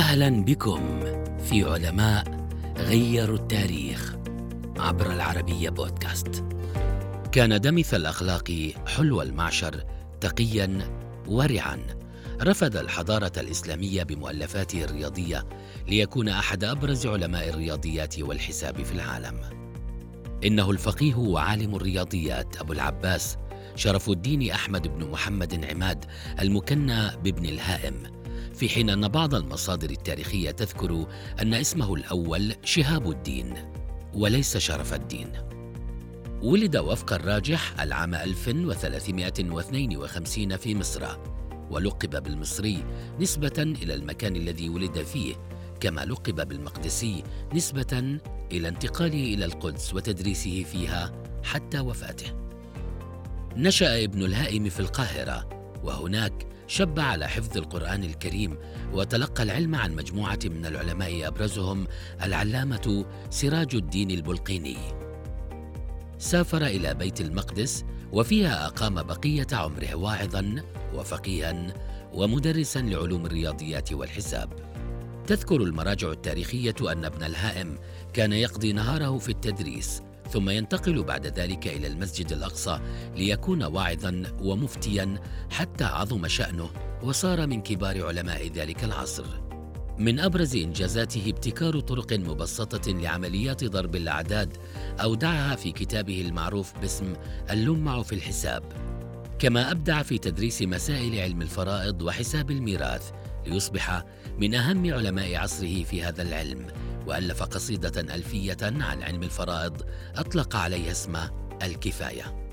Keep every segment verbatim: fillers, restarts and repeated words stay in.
أهلا بكم في علماء غيروا التاريخ عبر العربية بودكاست. كان دمث الأخلاق حلو المعشر، تقيا ورعا، رفض الحضارة الإسلامية بمؤلفاته الرياضية ليكون أحد أبرز علماء الرياضيات والحساب في العالم. إنه الفقيه وعالم الرياضيات أبو العباس شرف الدين أحمد بن محمد عماد، المكنى بابن الهائم، في حين أن بعض المصادر التاريخية تذكر أن اسمه الأول شهاب الدين وليس شرف الدين. ولد وفق الراجح العام ألف وثلاثمائة واثنين وخمسين في مصر، ولقب بالمصري نسبة إلى المكان الذي ولد فيه، كما لقب بالمقدسي نسبة إلى انتقاله إلى القدس وتدريسه فيها حتى وفاته. نشأ ابن الهائم في القاهرة، وهناك شب على حفظ القرآن الكريم، وتلقى العلم عن مجموعة من العلماء أبرزهم العلامة سراج الدين البلقيني. سافر إلى بيت المقدس، وفيها أقام بقية عمره واعظاً وفقيهاً ومدرساً لعلوم الرياضيات والحساب. تذكر المراجع التاريخية أن ابن الهائم كان يقضي نهاره في التدريس، ثم ينتقل بعد ذلك إلى المسجد الأقصى ليكون واعظاً ومفتياً، حتى عظم شأنه وصار من كبار علماء ذلك العصر. من أبرز إنجازاته ابتكار طرق مبسطة لعمليات ضرب الأعداد، أودعها في كتابه المعروف باسم اللمع في الحساب. كما أبدع في تدريس مسائل علم الفرائض وحساب الميراث، ليصبح من أهم علماء عصره في هذا العلم، وألف قصيدة ألفية عن علم الفرائض أطلق عليها اسم الكفاية.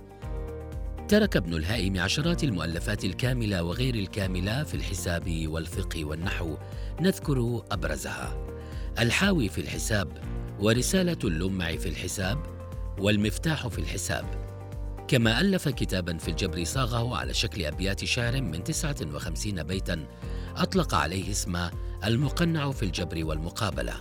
ترك ابن الهائم عشرات المؤلفات الكاملة وغير الكاملة في الحساب والفقه والنحو، نذكر أبرزها: الحاوي في الحساب، ورسالة اللمع في الحساب، والمفتاح في الحساب. كما ألف كتابا في الجبر صاغه على شكل أبيات شعر من تسعة وخمسين بيتا، أطلق عليه اسم المقنع في الجبر والمقابلة.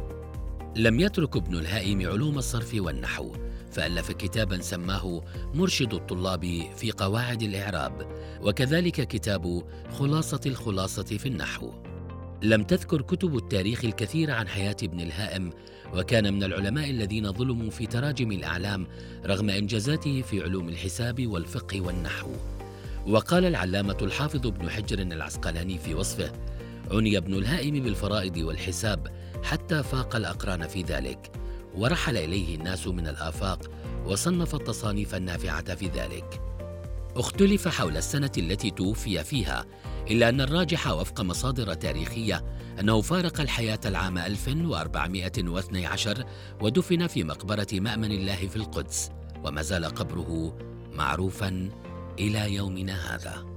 لم يترك ابن الهائم علوم الصرف والنحو، فألف كتابا سماه مرشد الطلاب في قواعد الإعراب، وكذلك كتاب خلاصة الخلاصة في النحو. لم تذكر كتب التاريخ الكثير عن حياة ابن الهائم، وكان من العلماء الذين ظلموا في تراجم الأعلام رغم إنجازاته في علوم الحساب والفقه والنحو. وقال العلامة الحافظ ابن حجر العسقلاني في وصفه: عني ابن الهائم بالفرائض والحساب حتى فاق الأقران في ذلك، ورحل إليه الناس من الآفاق، وصنف التصانيف النافعة في ذلك. اختلف حول السنة التي توفي فيها، إلا أن الراجح وفق مصادر تاريخية أنه فارق الحياة العام ألف وأربعمائة واثني عشر، ودفن في مقبرة مأمن الله في القدس، وما زال قبره معروفاً إلى يومنا هذا.